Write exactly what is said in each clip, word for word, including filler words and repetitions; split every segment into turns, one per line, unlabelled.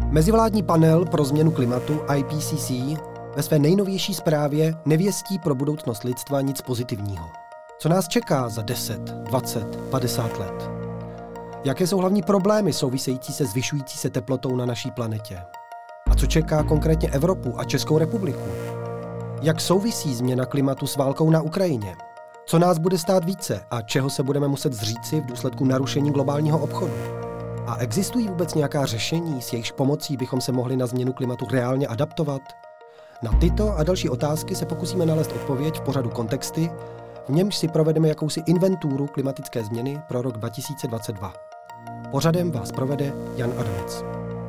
Mezivládní panel pro změnu klimatu I P C C ve své nejnovější zprávě nevěstí pro budoucnost lidstva nic pozitivního. Co nás čeká za deset, dvacet, padesát let? Jaké jsou hlavní problémy související se zvyšující se teplotou na naší planetě? A co čeká konkrétně Evropu a Českou republiku? Jak souvisí změna klimatu s válkou na Ukrajině? Co nás bude stát více a čeho se budeme muset zříci v důsledku narušení globálního obchodu? A existují vůbec nějaká řešení, s jejichž pomocí bychom se mohli na změnu klimatu reálně adaptovat? Na tyto a další otázky se pokusíme nalézt odpověď v pořadu Kontexty, v němž si provedeme jakousi inventuru klimatické změny pro rok dva tisíce dvacet dva. Pořadem vás provede Jan Adamec.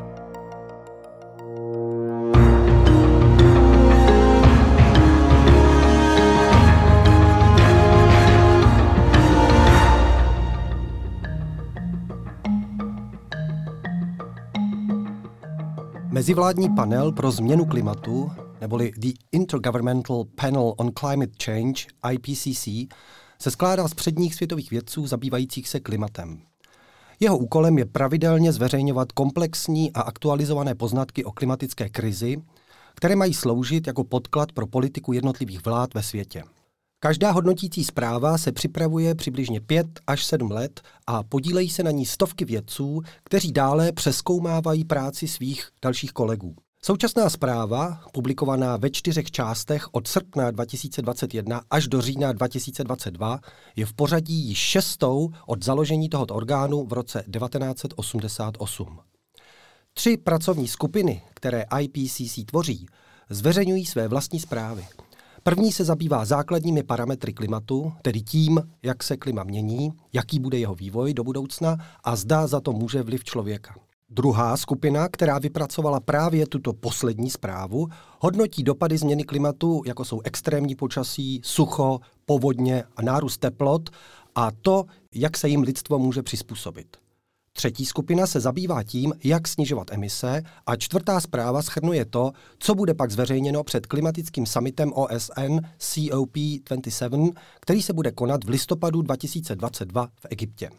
Mezivládní panel pro změnu klimatu, neboli The Intergovernmental Panel on Climate Change, I P C C, se skládá z předních světových vědců zabývajících se klimatem. Jeho úkolem je pravidelně zveřejňovat komplexní a aktualizované poznatky o klimatické krizi, které mají sloužit jako podklad pro politiku jednotlivých vlád ve světě. Každá hodnotící zpráva se připravuje přibližně pět až sedm let a podílejí se na ní stovky vědců, kteří dále přezkoumávají práci svých dalších kolegů. Současná zpráva, publikovaná ve čtyřech částech od srpna dva tisíce dvacet jedna až do října dva tisíce dvacet dva, je v pořadí již šestou od založení tohoto orgánu v roce devatenáct set osmdesát osm. Tři pracovní skupiny, které I P C C tvoří, zveřejňují své vlastní zprávy. První se zabývá základními parametry klimatu, tedy tím, jak se klima mění, jaký bude jeho vývoj do budoucna a zda za to může vliv člověka. Druhá skupina, která vypracovala právě tuto poslední zprávu, hodnotí dopady změny klimatu, jako jsou extrémní počasí, sucho, povodně a nárůst teplot a to, jak se jim lidstvo může přizpůsobit. Třetí skupina se zabývá tím, jak snižovat emise a čtvrtá zpráva shrnuje to, co bude pak zveřejněno před klimatickým summitem O S N C O P dvacet sedm, který se bude konat v listopadu dva tisíce dvacet dva v Egyptě.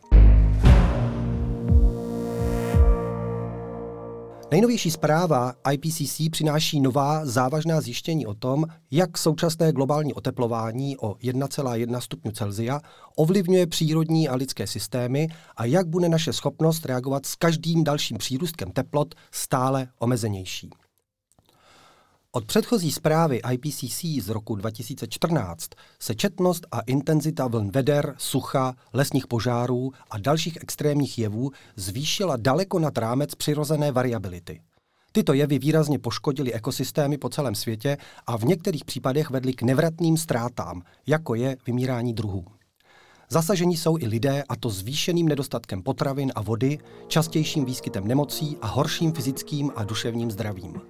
Nejnovější zpráva I P C C přináší nová závažná zjištění o tom, jak současné globální oteplování o jedna celá jedna stupňu Celsia ovlivňuje přírodní a lidské systémy a jak bude naše schopnost reagovat s každým dalším přírůstkem teplot stále omezenější. Od předchozí zprávy I P C C z roku dva tisíce čtrnáct se četnost a intenzita vln veder, sucha, lesních požárů a dalších extrémních jevů zvýšila daleko nad rámec přirozené variability. Tyto jevy výrazně poškodily ekosystémy po celém světě a v některých případech vedly k nevratným ztrátám, jako je vymírání druhů. Zasažení jsou i lidé, a to zvýšeným nedostatkem potravin a vody, častějším výskytem nemocí a horším fyzickým a duševním zdravím.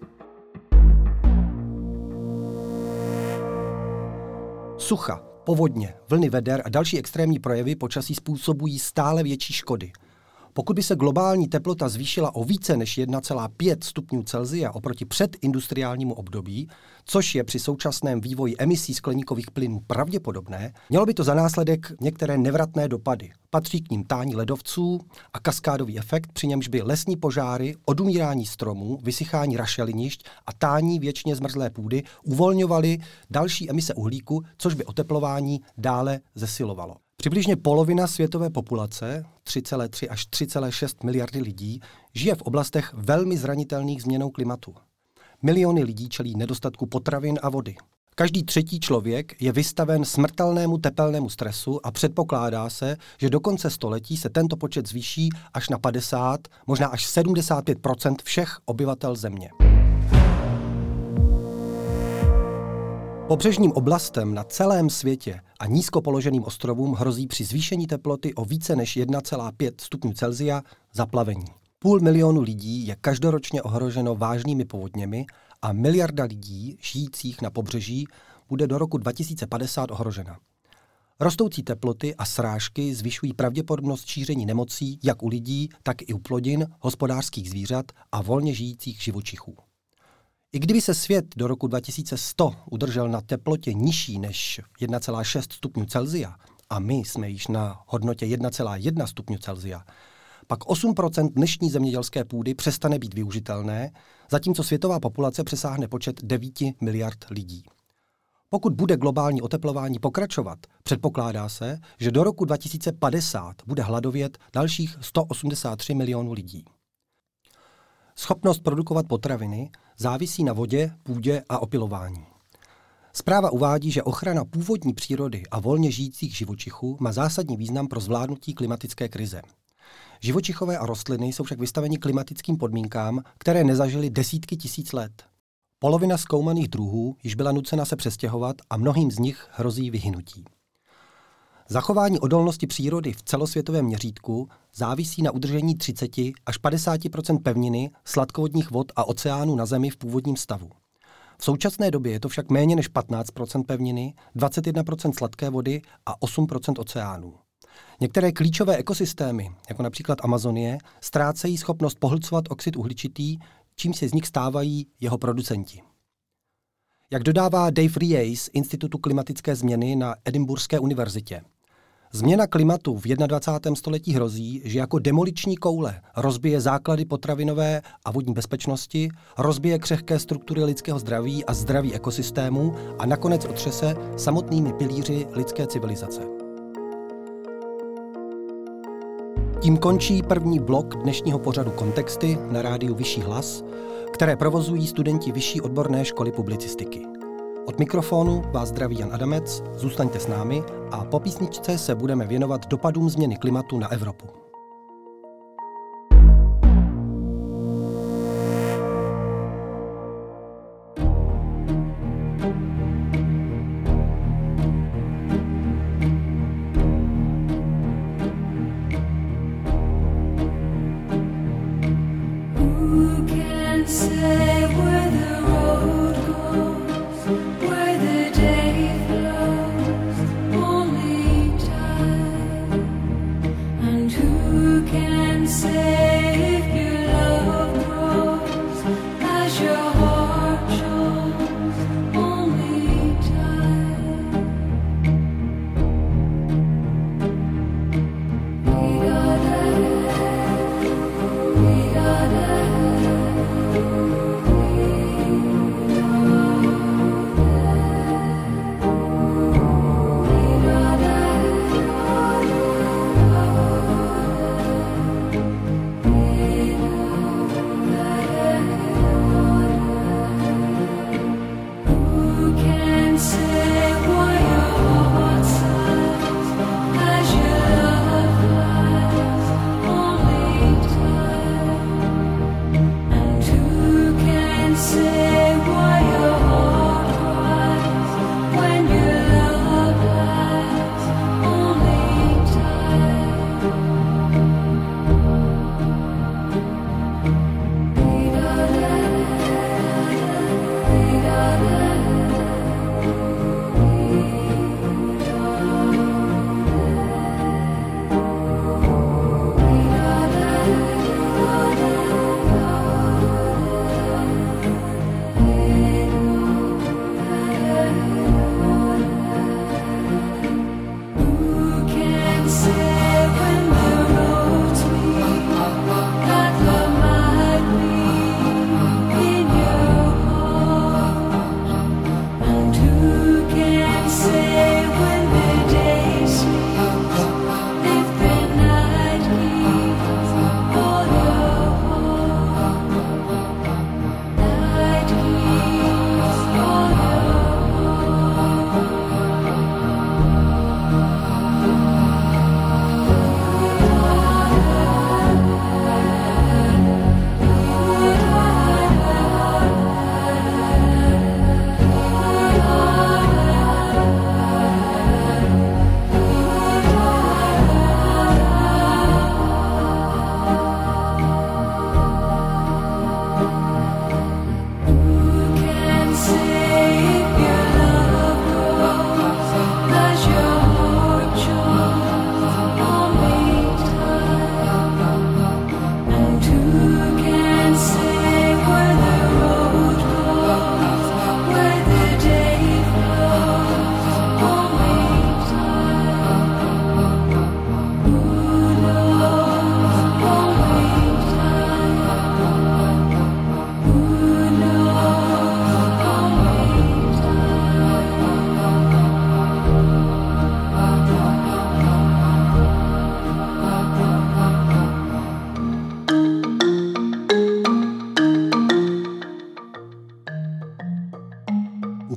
Sucha, povodně, vlny veder a další extrémní projevy počasí způsobují stále větší škody. Pokud by se globální teplota zvýšila o více než jedna celá pět stupňů Celsia oproti předindustriálnímu období, což je při současném vývoji emisí skleníkových plynů pravděpodobné, mělo by to za následek některé nevratné dopady. Patří k nim tání ledovců a kaskádový efekt, při němž by lesní požáry, odumírání stromů, vysychání rašelinišť a tání věčně zmrzlé půdy uvolňovaly další emise uhlíku, což by oteplování dále zesilovalo. Přibližně polovina světové populace, tři celá tři až tři celá šest miliardy lidí, žije v oblastech velmi zranitelných změnou klimatu. Miliony lidí čelí nedostatku potravin a vody. Každý třetí člověk je vystaven smrtelnému tepelnému stresu a předpokládá se, že do konce století se tento počet zvýší až na padesát, možná až sedmdesát pět procent všech obyvatel země. Pobřežním oblastem na celém světě a nízko položeným ostrovům hrozí při zvýšení teploty o více než jedna celá pět stupňů Celsia zaplavení. Půl milionu lidí je každoročně ohroženo vážnými povodněmi a miliarda lidí žijících na pobřeží bude do roku dva tisíce padesát ohrožena. Rostoucí teploty a srážky zvyšují pravděpodobnost šíření nemocí jak u lidí, tak i u plodin, hospodářských zvířat a volně žijících živočichů. I kdyby se svět do roku dva tisíce sto udržel na teplotě nižší než jedna celá šest stupňů Celsia a my jsme již na hodnotě jedna celá jedna stupňů Celsia, pak osm procent dnešní zemědělské půdy přestane být využitelné, zatímco světová populace přesáhne počet devět miliard lidí. Pokud bude globální oteplování pokračovat, předpokládá se, že do roku dva tisíce padesát bude hladovět dalších sto osmdesát tři milionů lidí. Schopnost produkovat potraviny závisí na vodě, půdě a opylování. Zpráva uvádí, že ochrana původní přírody a volně žijících živočichů má zásadní význam pro zvládnutí klimatické krize. Živočichové a rostliny jsou však vystaveni klimatickým podmínkám, které nezažily desítky tisíc let. Polovina zkoumaných druhů již byla nucena se přestěhovat a mnohým z nich hrozí vyhynutí. Zachování odolnosti přírody v celosvětovém měřítku závisí na udržení třicet až padesát procent pevniny, sladkovodních vod a oceánů na Zemi v původním stavu. V současné době je to však méně než patnáct procent pevniny, dvacet jedna procent sladké vody a osm procent oceánů. Některé klíčové ekosystémy, jako například Amazonie, ztrácejí schopnost pohlcovat oxid uhličitý, čím se z nich stávají jeho producenti. Jak dodává Dave Rees z Institutu klimatické změny na Edinburghské univerzitě, změna klimatu v dvacátém prvním století hrozí, že jako demoliční koule rozbije základy potravinové a vodní bezpečnosti, rozbije křehké struktury lidského zdraví a zdraví ekosystémů a nakonec otřese samotnými pilíři lidské civilizace. Tím končí první blok dnešního pořadu Kontexty na rádiu Vyšší hlas, které provozují studenti Vyšší odborné školy publicistiky. Od mikrofonu vás zdraví Jan Adamec, zůstaňte s námi a po písničce se budeme věnovat dopadům změny klimatu na Evropu.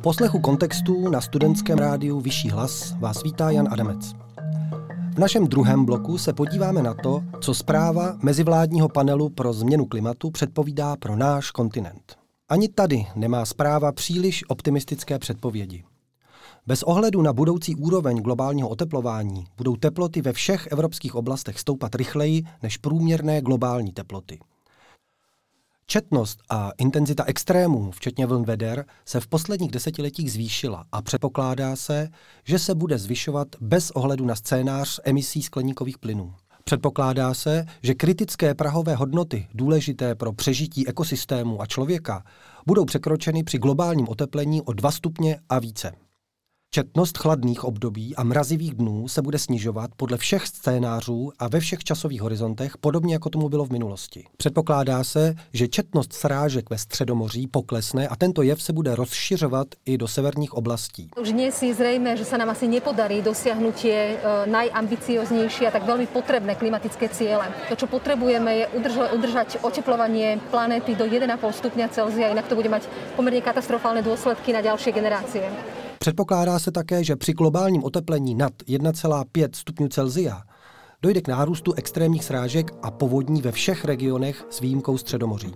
poslechu kontextu na studentském rádiu Vyšší hlas vás vítá Jan Adamec. V našem druhém bloku se podíváme na to, co zpráva mezivládního panelu pro změnu klimatu předpovídá pro náš kontinent. Ani tady nemá zpráva příliš optimistické předpovědi. Bez ohledu na budoucí úroveň globálního oteplování budou teploty ve všech evropských oblastech stoupat rychleji než průměrné globální teploty. Četnost a intenzita extrémů, včetně vln veder, se v posledních desetiletích zvýšila a předpokládá se, že se bude zvyšovat bez ohledu na scénář emisí skleníkových plynů. Předpokládá se, že kritické prahové hodnoty, důležité pro přežití ekosystému a člověka, budou překročeny při globálním oteplení o dva stupně a více. Četnost chladných období a mrazivých dnů se bude snižovat podle všech scénářů a ve všech časových horizontech, podobně jako tomu bylo v minulosti. Předpokládá se, že četnost srážek ve Středomoří poklesne a tento jev se bude rozšiřovat i do severních oblastí.
Už dnes je zrejme, že sa nám asi nepodarí dosiahnutie najambicioznejšie a tak veľmi potrebné klimatické ciele. To, čo potrebujeme, je udržať oteplovanie planéty do jeden a pol stupňa Celzia, inak to bude mať pomerne katastrofálne dôsledky na ďalšie generácie.
Předpokládá se také, že při globálním oteplení nad jedna celá pět stupňů Celsia dojde k nárůstu extrémních srážek a povodní ve všech regionech s výjimkou Středomoří.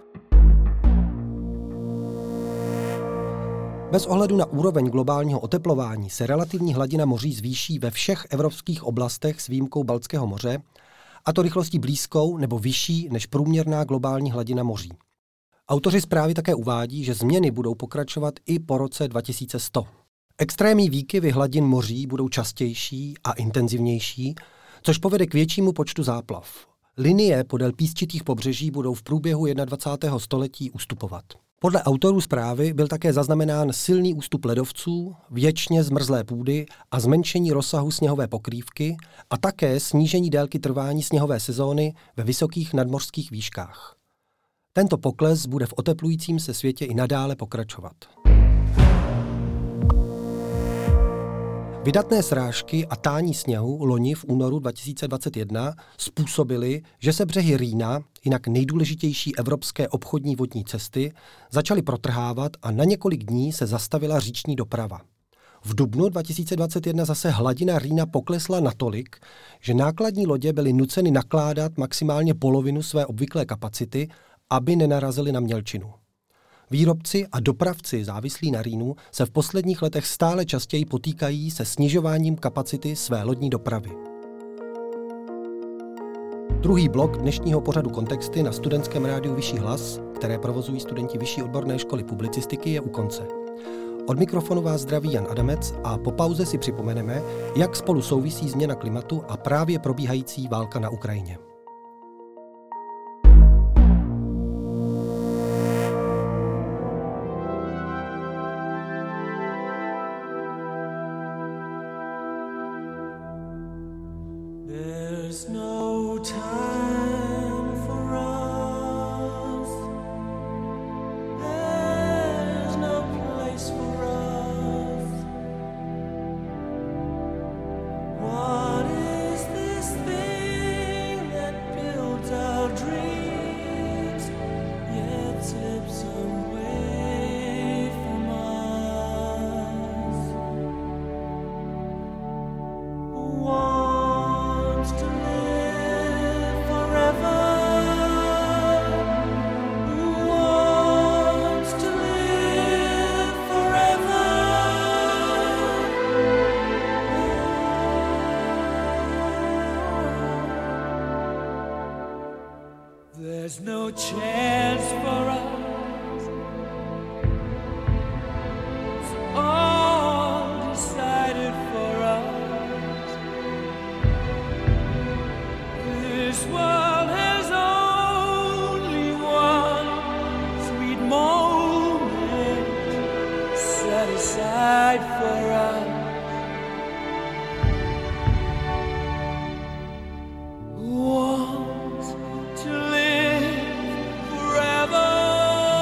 Bez ohledu na úroveň globálního oteplování se relativní hladina moří zvýší ve všech evropských oblastech s výjimkou Baltského moře, a to rychlostí blízkou nebo vyšší než průměrná globální hladina moří. Autoři zprávy také uvádí, že změny budou pokračovat i po roce dva tisíce sto. Extrémní výkyvy hladin moří budou častější a intenzivnější, což povede k většímu počtu záplav. Linie podél písčitých pobřeží budou v průběhu dvacátého prvního století ustupovat. Podle autorů zprávy byl také zaznamenán silný ústup ledovců, věčně zmrzlé půdy a zmenšení rozsahu sněhové pokrývky a také snížení délky trvání sněhové sezóny ve vysokých nadmořských výškách. Tento pokles bude v oteplujícím se světě i nadále pokračovat. Vydatné srážky a tání sněhu loni v únoru dva tisíce dvacet jedna způsobily, že se břehy Rýna, jinak nejdůležitější evropské obchodní vodní cesty, začaly protrhávat a na několik dní se zastavila říční doprava. V dubnu dva tisíce dvacet jedna zase hladina Rýna poklesla natolik, že nákladní lodě byly nuceny nakládat maximálně polovinu své obvyklé kapacity, aby nenarazili na mělčinu. Výrobci a dopravci závislí na Rýnu se v posledních letech stále častěji potýkají se snižováním kapacity své lodní dopravy. Druhý blok dnešního pořadu Kontexty na studentském rádiu Vyšší hlas, které provozují studenti Vyšší odborné školy publicistiky, je u konce. Od mikrofonu vás zdraví Jan Adamec a po pauze si připomeneme, jak spolu souvisí změna klimatu a právě probíhající válka na Ukrajině.
There's no time for us. There's no place for us. What is this thing that builds our dreams, yet slips away from us? What There's no chance for us. It's all decided for us. This world has only one sweet moment set aside for us. Want to live forever.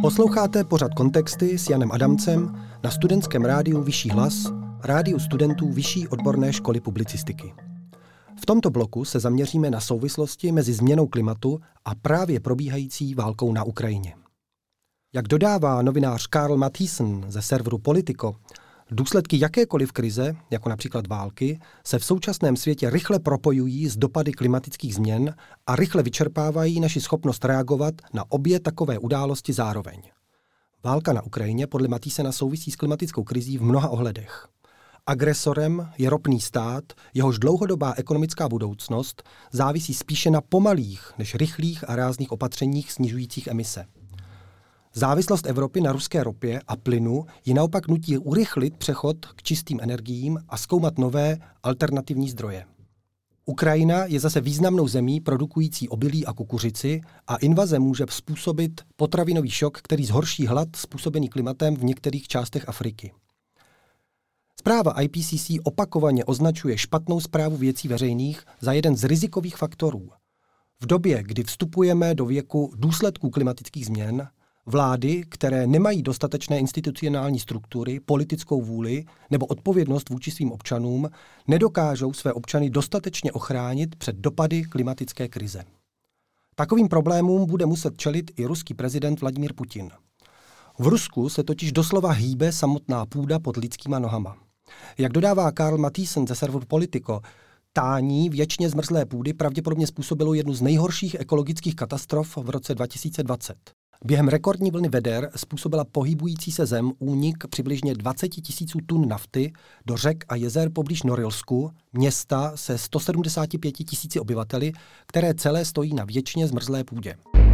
Posloucháte pořad Kontexty s Janem Adamcem na studentském rádiu Vyšší hlas, rádiu studentů Vyšší odborné školy publicistiky. V tomto bloku se zaměříme na souvislosti mezi změnou klimatu a právě probíhající válkou na Ukrajině. Jak dodává novinář Karl Mathieson ze serveru Politico, důsledky jakékoliv krize, jako například války, se v současném světě rychle propojují s dopady klimatických změn a rychle vyčerpávají naši schopnost reagovat na obě takové události zároveň. Válka na Ukrajině podle Mathiesona souvisí s klimatickou krizí v mnoha ohledech. Agresorem je ropný stát, jehož dlouhodobá ekonomická budoucnost závisí spíše na pomalých než rychlých a rázných opatřeních snižujících emise. Závislost Evropy na ruské ropě a plynu ji naopak nutí urychlit přechod k čistým energiím a zkoumat nové alternativní zdroje. Ukrajina je zase významnou zemí produkující obilí a kukuřici a invaze může způsobit potravinový šok, který zhorší hlad způsobený klimatem v některých částech Afriky. Zpráva I P C C opakovaně označuje špatnou správu věcí veřejných za jeden z rizikových faktorů. V době, kdy vstupujeme do věku důsledků klimatických změn, vlády, které nemají dostatečné institucionální struktury, politickou vůli nebo odpovědnost vůči svým občanům, nedokážou své občany dostatečně ochránit před dopady klimatické krize. Takovým problémům bude muset čelit i ruský prezident Vladimír Putin. V Rusku se totiž doslova hýbe samotná půda pod lidskýma nohama. Jak dodává Karl Mathieson ze serveru Politico, tání věčně zmrzlé půdy pravděpodobně způsobilo jednu z nejhorších ekologických katastrof v roce dva tisíce dvacet. Během rekordní vlny veder způsobila pohybující se zem únik přibližně dvacet tisíců tun nafty do řek a jezer poblíž Norilsku, města se sto sedmdesát pět tisíci obyvateli, které celé stojí na věčně zmrzlé půdě.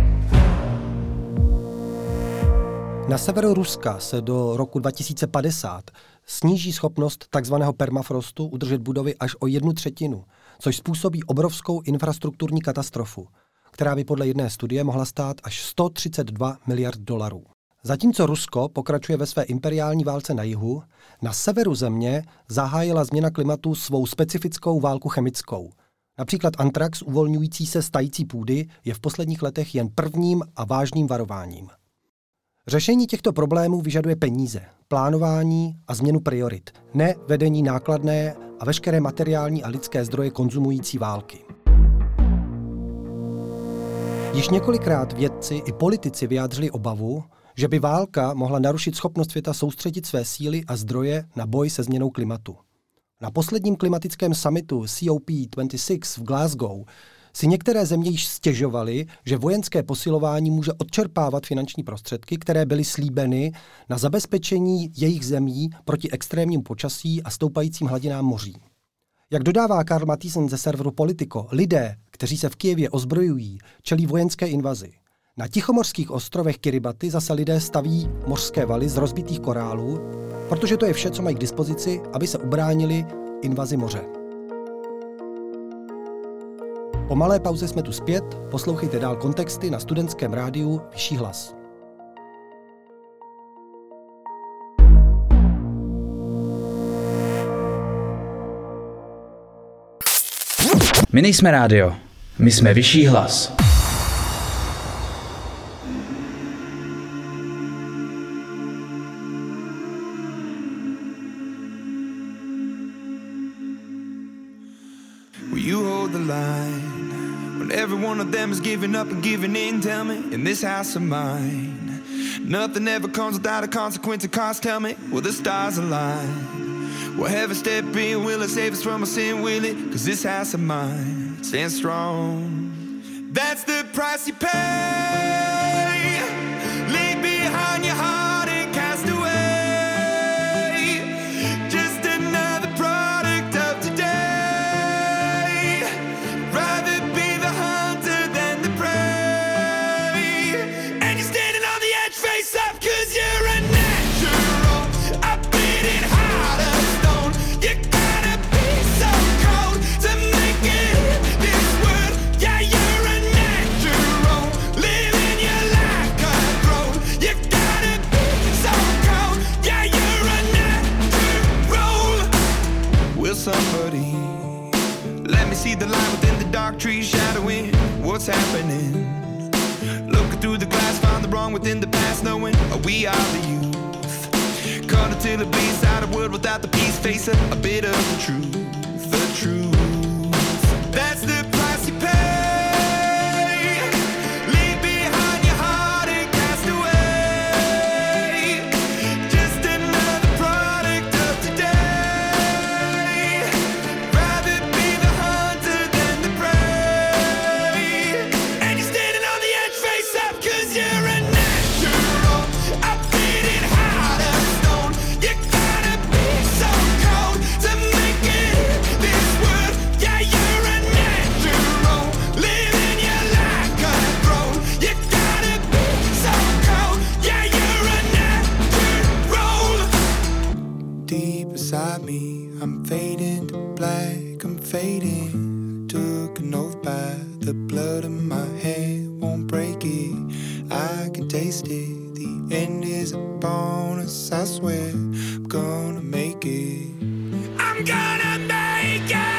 Na severu Ruska se do roku dva tisíce padesát sníží schopnost tzv. Permafrostu udržet budovy až o jednu třetinu, což způsobí obrovskou infrastrukturní katastrofu, která by podle jedné studie mohla stát až sto třicet dva miliard dolarů. Zatímco Rusko pokračuje ve své imperiální válce na jihu, na severu země zahájila změna klimatu svou specifickou válku chemickou. Například antrax uvolňující se z tající půdy je v posledních letech jen prvním a vážným varováním. Řešení těchto problémů vyžaduje peníze, plánování a změnu priorit, ne vedení nákladné a veškeré materiální a lidské zdroje konzumující války. Již několikrát vědci i politici vyjádřili obavu, že by válka mohla narušit schopnost světa soustředit své síly a zdroje na boj se změnou klimatu. Na posledním klimatickém summitu C O P dvacet šest v Glasgow si některé země již stěžovaly, že vojenské posilování může odčerpávat finanční prostředky, které byly slíbeny na zabezpečení jejich zemí proti extrémním počasí a stoupajícím hladinám moří. Jak dodává Karl Mathieson ze serveru Politico, lidé, kteří se v Kyjevě ozbrojují, čelí vojenské invazi. Na tichomorských ostrovech Kiribati zase lidé staví mořské valy z rozbitých korálů, protože to je vše, co mají k dispozici, aby se ubránili invazi moře. Po malé pauze jsme tu zpět, poslouchejte dál Kontexty na studentském rádiu Vyšší hlas.
My nejsme rádio, my jsme Vyšší hlas.
Will you hold the line when every one of them is giving up and giving in? Tell me, in this house of mine, nothing ever comes without a consequence of cost. Tell me, will the stars align? Will heaven step in? Will it save us from our sin? Will it? Cause this house of mine stands strong. That's the price you pay. Leave behind your heart and cast away. Just another product of today. Rather be the hunter than the prey. And you're standing on the edge face up cause you're a natural. I bleed it hard of stone. You gotta be so cold to make it in this world. Yeah, you're a natural. Living your life cutthroat. You gotta be so cold. Yeah, you're a natural. Will somebody let me see the light within the dark trees shadowing what's happening? Looking through the glass, find the wrong within the past, knowing we are the youth. Cut until it bleeds out a world without the peace, face a, a bit of the truth, the truth. That's the price you pay. I'm fading to black, I'm fading. Took an oath by the blood in my head, won't break it. I can taste it, the end is upon us, I swear. I'm gonna make it, I'm gonna make it.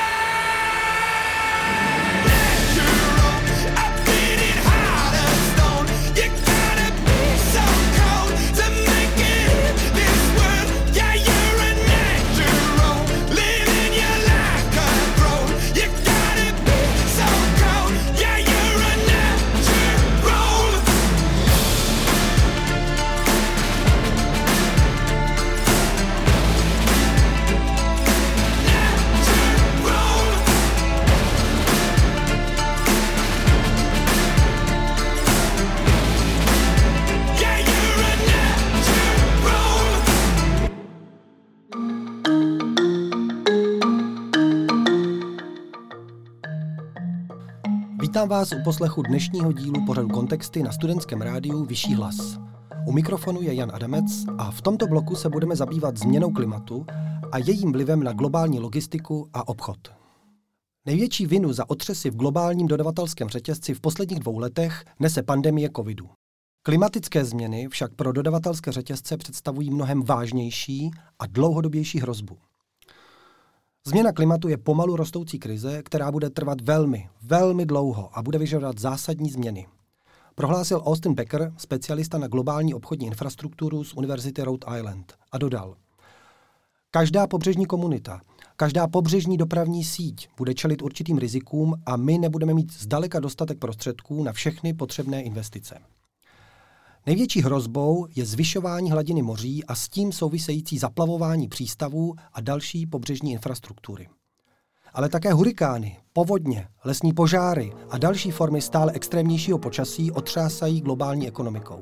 Vítám vás u poslechu dnešního dílu pořadu Kontexty na studentském rádiu Vyšší hlas. U mikrofonu je Jan Adamec a v tomto bloku se budeme zabývat změnou klimatu a jejím vlivem na globální logistiku a obchod. Největší vinu za otřesy v globálním dodavatelském řetězci v posledních dvou letech nese pandemie covidu. Klimatické změny však pro dodavatelské řetězce představují mnohem vážnější a dlouhodobější hrozbu. Změna klimatu je pomalu rostoucí krize, která bude trvat velmi, velmi dlouho a bude vyžadovat zásadní změny. Prohlásil Austin Becker, specialista na globální obchodní infrastrukturu z Univerzity Rhode Island, a dodal: každá pobřežní komunita, každá pobřežní dopravní síť bude čelit určitým rizikům a my nebudeme mít zdaleka dostatek prostředků na všechny potřebné investice. Největší hrozbou je zvyšování hladiny moří a s tím související zaplavování přístavů a další pobřežní infrastruktury. Ale také hurikány, povodně, lesní požáry a další formy stále extrémnějšího počasí otřásají globální ekonomikou.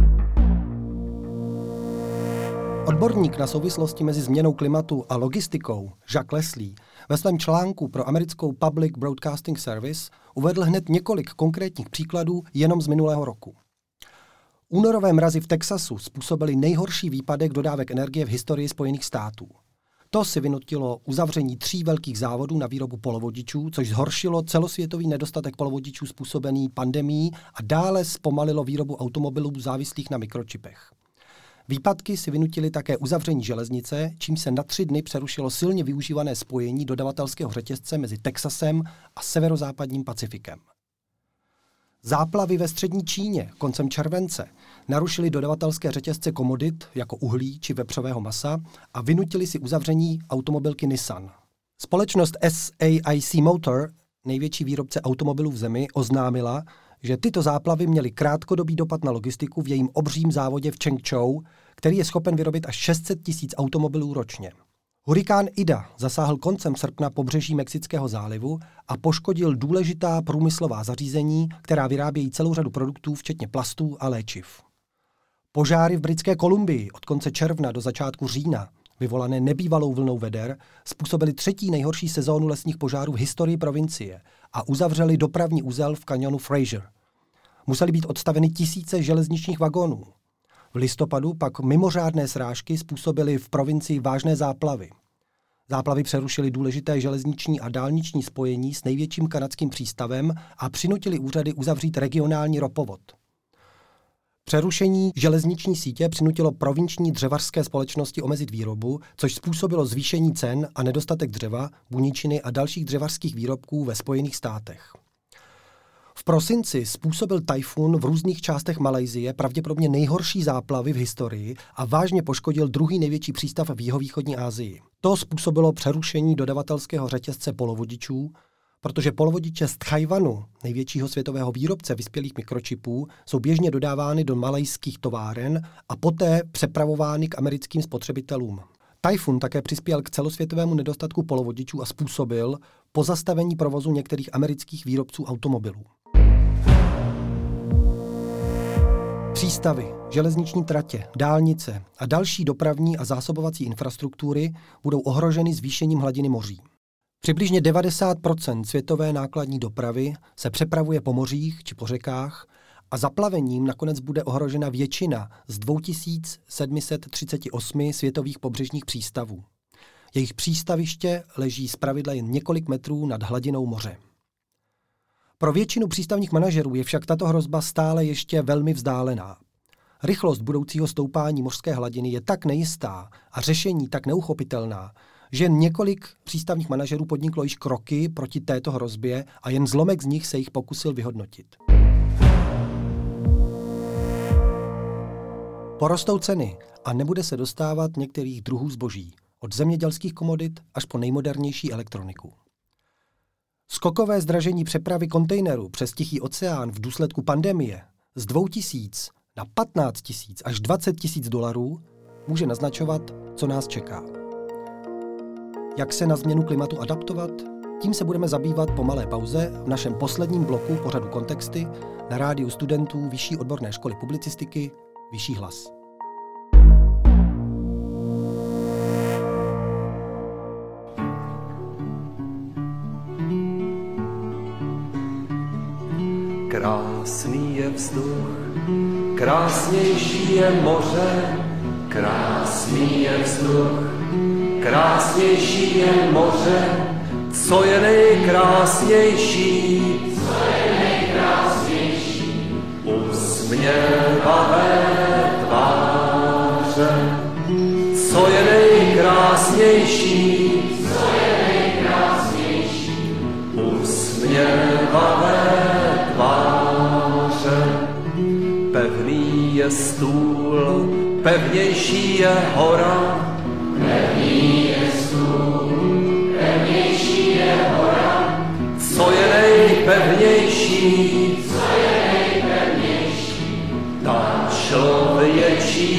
Odborník na souvislosti mezi změnou klimatu a logistikou Jacques Leslie ve svém článku pro americkou Public Broadcasting Service uvedl hned několik konkrétních příkladů jenom z minulého roku. Únorové mrazy v Texasu způsobily nejhorší výpadek dodávek energie v historii Spojených států. To si vynutilo uzavření tří velkých závodů na výrobu polovodičů, což zhoršilo celosvětový nedostatek polovodičů způsobený pandemií a dále zpomalilo výrobu automobilů závislých na mikročipech. Výpadky si vynutily také uzavření železnice, čím se na tři dny přerušilo silně využívané spojení dodavatelského řetězce mezi Texasem a severozápadním Pacifikem. Záplavy ve střední Číně koncem července narušily dodavatelské řetězce komodit jako uhlí či vepřového masa a vynutili si uzavření automobilky Nissan. Společnost S A I C Motor, největší výrobce automobilů v zemi, oznámila, že tyto záplavy měly krátkodobý dopad na logistiku v jejím obřím závodě v Chengzhou, který je schopen vyrobit až šest set tisíc automobilů ročně. Hurikán Ida zasáhl koncem srpna pobřeží Mexického zálivu a poškodil důležitá průmyslová zařízení, která vyrábějí celou řadu produktů, včetně plastů a léčiv. Požáry v Britské Kolumbii od konce června do začátku října, vyvolané nebývalou vlnou veder, způsobily třetí nejhorší sezónu lesních požárů v historii provincie a uzavřely dopravní uzel v kanionu Fraser. Musely být odstaveny tisíce železničních vagónů. V listopadu pak mimořádné srážky způsobily v provincii vážné záplavy. Záplavy přerušily důležité železniční a dálniční spojení s největším kanadským přístavem a přinutily úřady uzavřít regionální ropovod. Přerušení železniční sítě přinutilo provinční dřevařské společnosti omezit výrobu, což způsobilo zvýšení cen a nedostatek dřeva, buničiny a dalších dřevařských výrobků ve Spojených státech. V prosinci způsobil tajfun v různých částech Malajsie pravděpodobně nejhorší záplavy v historii a vážně poškodil druhý největší přístav v jihovýchodní Asii. To způsobilo přerušení dodavatelského řetězce polovodičů, protože polovodiče z Tchajwanu, největšího světového výrobce vyspělých mikročipů, jsou běžně dodávány do malajských továren a poté přepravovány k americkým spotřebitelům. Tajfun také přispěl k celosvětovému nedostatku polovodičů a způsobil pozastavení provozu některých amerických výrobců automobilů. Přístavy, železniční tratě, dálnice a další dopravní a zásobovací infrastruktury budou ohroženy zvýšením hladiny moří. Přibližně devadesát procent světové nákladní dopravy se přepravuje po mořích či po řekách a zaplavením nakonec bude ohrožena většina z dva tisíce sedm set třicet osm světových pobřežních přístavů. Jejich přístaviště leží zpravidla jen několik metrů nad hladinou moře. Pro většinu přístavních manažerů je však tato hrozba stále ještě velmi vzdálená. Rychlost budoucího stoupání mořské hladiny je tak nejistá a řešení tak neuchopitelná, že jen několik přístavních manažerů podniklo již kroky proti této hrozbě a jen zlomek z nich se jich pokusil vyhodnotit. Porostou ceny a nebude se dostávat některých druhů zboží, od zemědělských komodit až po nejmodernější elektroniku. Skokové zdražení přepravy kontejnerů přes Tichý oceán v důsledku pandemie z dvou tisíc na patnáct tisíc až dvacet tisíc dolarů může naznačovat, co nás čeká. Jak se na změnu klimatu adaptovat? Tím se budeme zabývat po malé pauze v našem posledním bloku pořadu Kontexty na rádiu studentů Vyšší odborné školy publicistiky Vyšší hlas.
Krásný je vzduch, krásnější je moře, krásný je vzduch, krásnější je moře, co je nejkrásnější, co je nejkrásnější, usměvavé tváře, co je nejkrásnější, co je nejkrásnější, usměvavé tváře, pevný je stůl, pevnější je hora, pevný je stůl, pevnější je hora, co je nejpevnější, co je nejpevnější, ta člověčí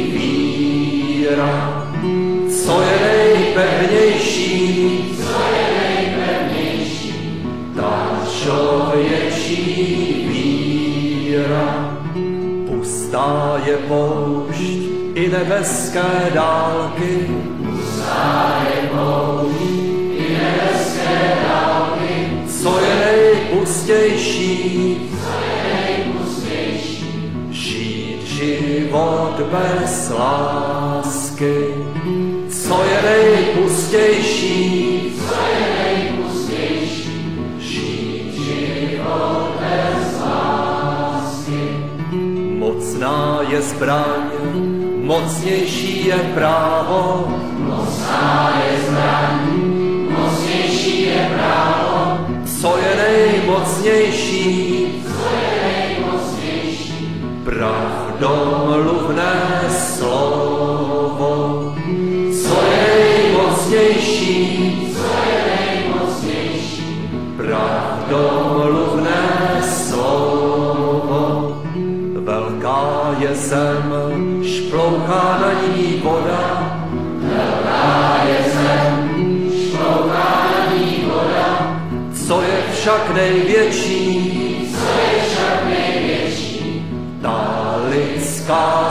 víra, co je nejpevnější, co je nejpevnější, ta člověčí víra, pustá je poušť i nebeské dálky, pustá je poušť i nebeské dálky, co je nejpustější, co je nejpustější, žít život bez lásky, co je nejpustější, co je nejpustější, žít život bez lásky, mocná je zbraň, mocnější je právo, mocná je zbraň, mocnější je právo, co je nejmocnější, co je nejmocnější, pravdomluvné slovo, co je nejmocnější, co je nejmocnější, pravdomluvné slovo, velká je zem, šplouchá na ní voda, velká je zem, šplouchá na ní voda, co je však největší, co je však největší, ta lidská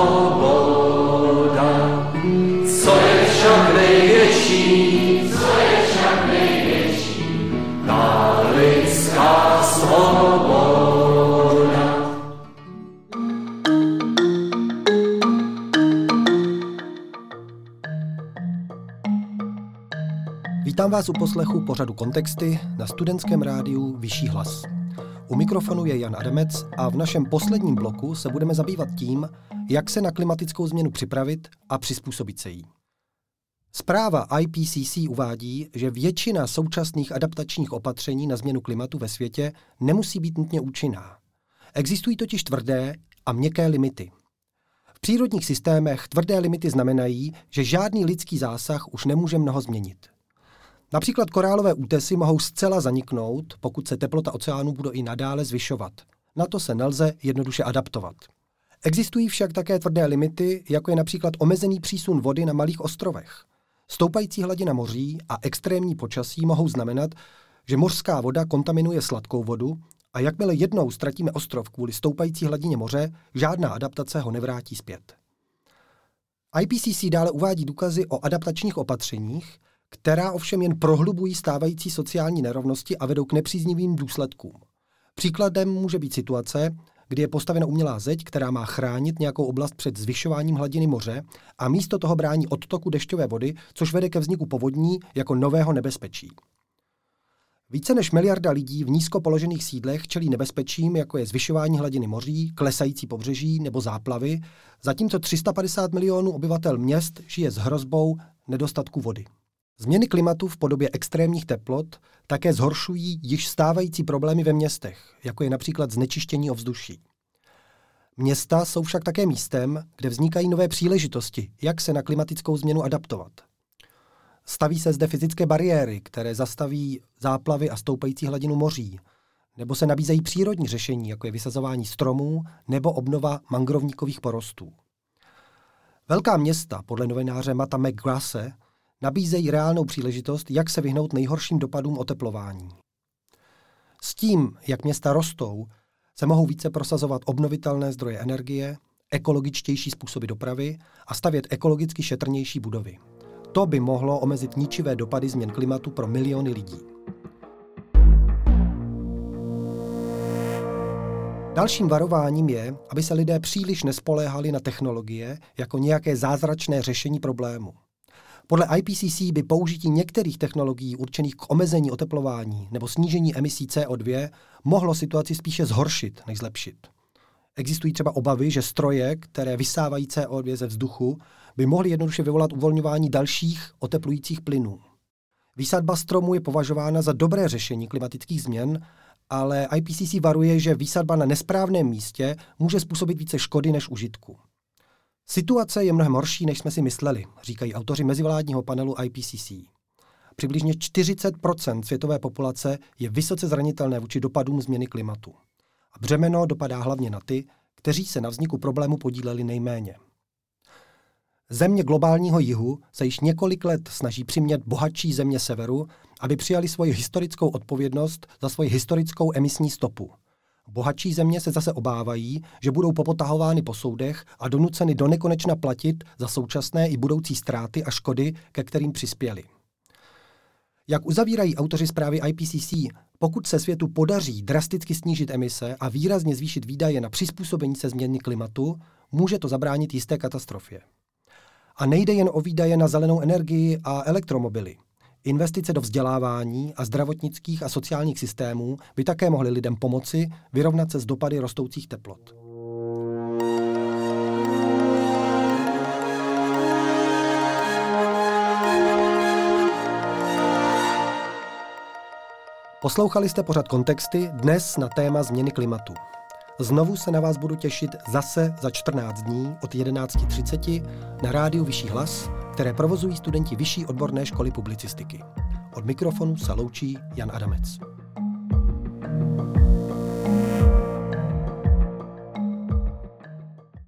svoboda, co je však největší, co je však největší, ta lidská svoboda.
Vítám vás u poslechu pořadu Kontexty na studentském rádiu Vyšší hlas. U mikrofonu je Jan Adamec a v našem posledním bloku se budeme zabývat tím, jak se na klimatickou změnu připravit a přizpůsobit se jí. Zpráva I P C C uvádí, že většina současných adaptačních opatření na změnu klimatu ve světě nemusí být nutně účinná. Existují totiž tvrdé a měkké limity. V přírodních systémech tvrdé limity znamenají, že žádný lidský zásah už nemůže mnoho změnit. Například korálové útesy mohou zcela zaniknout, pokud se teplota oceánu bude i nadále zvyšovat. Na to se nelze jednoduše adaptovat. Existují však také tvrdé limity, jako je například omezený přísun vody na malých ostrovech. Stoupající hladina moří a extrémní počasí mohou znamenat, že mořská voda kontaminuje sladkou vodu a jakmile jednou ztratíme ostrov kvůli stoupající hladině moře, žádná adaptace ho nevrátí zpět. I P C C dále uvádí důkazy o adaptačních opatřeních, která ovšem jen prohlubují stávající sociální nerovnosti a vedou k nepříznivým důsledkům. Příkladem může být situace, kdy je postavena umělá zeď, která má chránit nějakou oblast před zvyšováním hladiny moře a místo toho brání odtoku dešťové vody, což vede ke vzniku povodní jako nového nebezpečí. Více než miliarda lidí v nízko položených sídlech čelí nebezpečím, jako je zvyšování hladiny moří, klesající pobřeží nebo záplavy, zatímco tři sta padesát milionů obyvatel měst žije s hrozbou nedostatku vody. Změny klimatu v podobě extrémních teplot také zhoršují již stávající problémy ve městech, jako je například znečištění ovzduší. Města jsou však také místem, kde vznikají nové příležitosti, jak se na klimatickou změnu adaptovat. Staví se zde fyzické bariéry, které zastaví záplavy a stoupající hladinu moří, nebo se nabízejí přírodní řešení, jako je vysazování stromů nebo obnova mangrovníkových porostů. Velká města, podle novináře Matta McGrathse, nabízejí reálnou příležitost, jak se vyhnout nejhorším dopadům oteplování. S tím, jak města rostou, se mohou více prosazovat obnovitelné zdroje energie, ekologičtější způsoby dopravy a stavět ekologicky šetrnější budovy. To by mohlo omezit ničivé dopady změn klimatu pro miliony lidí. Dalším varováním je, aby se lidé příliš nespoléhali na technologie jako nějaké zázračné řešení problému. Podle I P C C by použití některých technologií určených k omezení oteplování nebo snížení emisí C O dva mohlo situaci spíše zhoršit, než zlepšit. Existují třeba obavy, že stroje, které vysávají C O dva ze vzduchu, by mohly jednoduše vyvolat uvolňování dalších oteplujících plynů. Výsadba stromů je považována za dobré řešení klimatických změn, ale I P C C varuje, že výsadba na nesprávném místě může způsobit více škody než užitku. Situace je mnohem horší, než jsme si mysleli, říkají autoři mezivládního panelu I P C C. Přibližně čtyřicet procent světové populace je vysoce zranitelné vůči dopadům změny klimatu. A břemeno dopadá hlavně na ty, kteří se na vzniku problému podíleli nejméně. Země globálního jihu se již několik let snaží přimět bohatší země severu, aby přijali svoji historickou odpovědnost za svoji historickou emisní stopu. Bohatší země se zase obávají, že budou popotahovány po soudech a donuceny donekonečna platit za současné i budoucí ztráty a škody, ke kterým přispěli. Jak uzavírají autoři zprávy I P C C, pokud se světu podaří drasticky snížit emise a výrazně zvýšit výdaje na přizpůsobení se změně klimatu, může to zabránit jisté katastrofě. A nejde jen o výdaje na zelenou energii a elektromobily. Investice do vzdělávání a zdravotnických a sociálních systémů by také mohly lidem pomoci vyrovnat se s dopady rostoucích teplot. Poslouchali jste pořad Kontexty dnes na téma změny klimatu. Znovu se na vás budu těšit zase za čtrnáct dní od jedenáct třicet na rádiu Vyšší hlas, které provozují studenti Vyšší odborné školy publicistiky. Od mikrofonu se loučí Jan Adamec.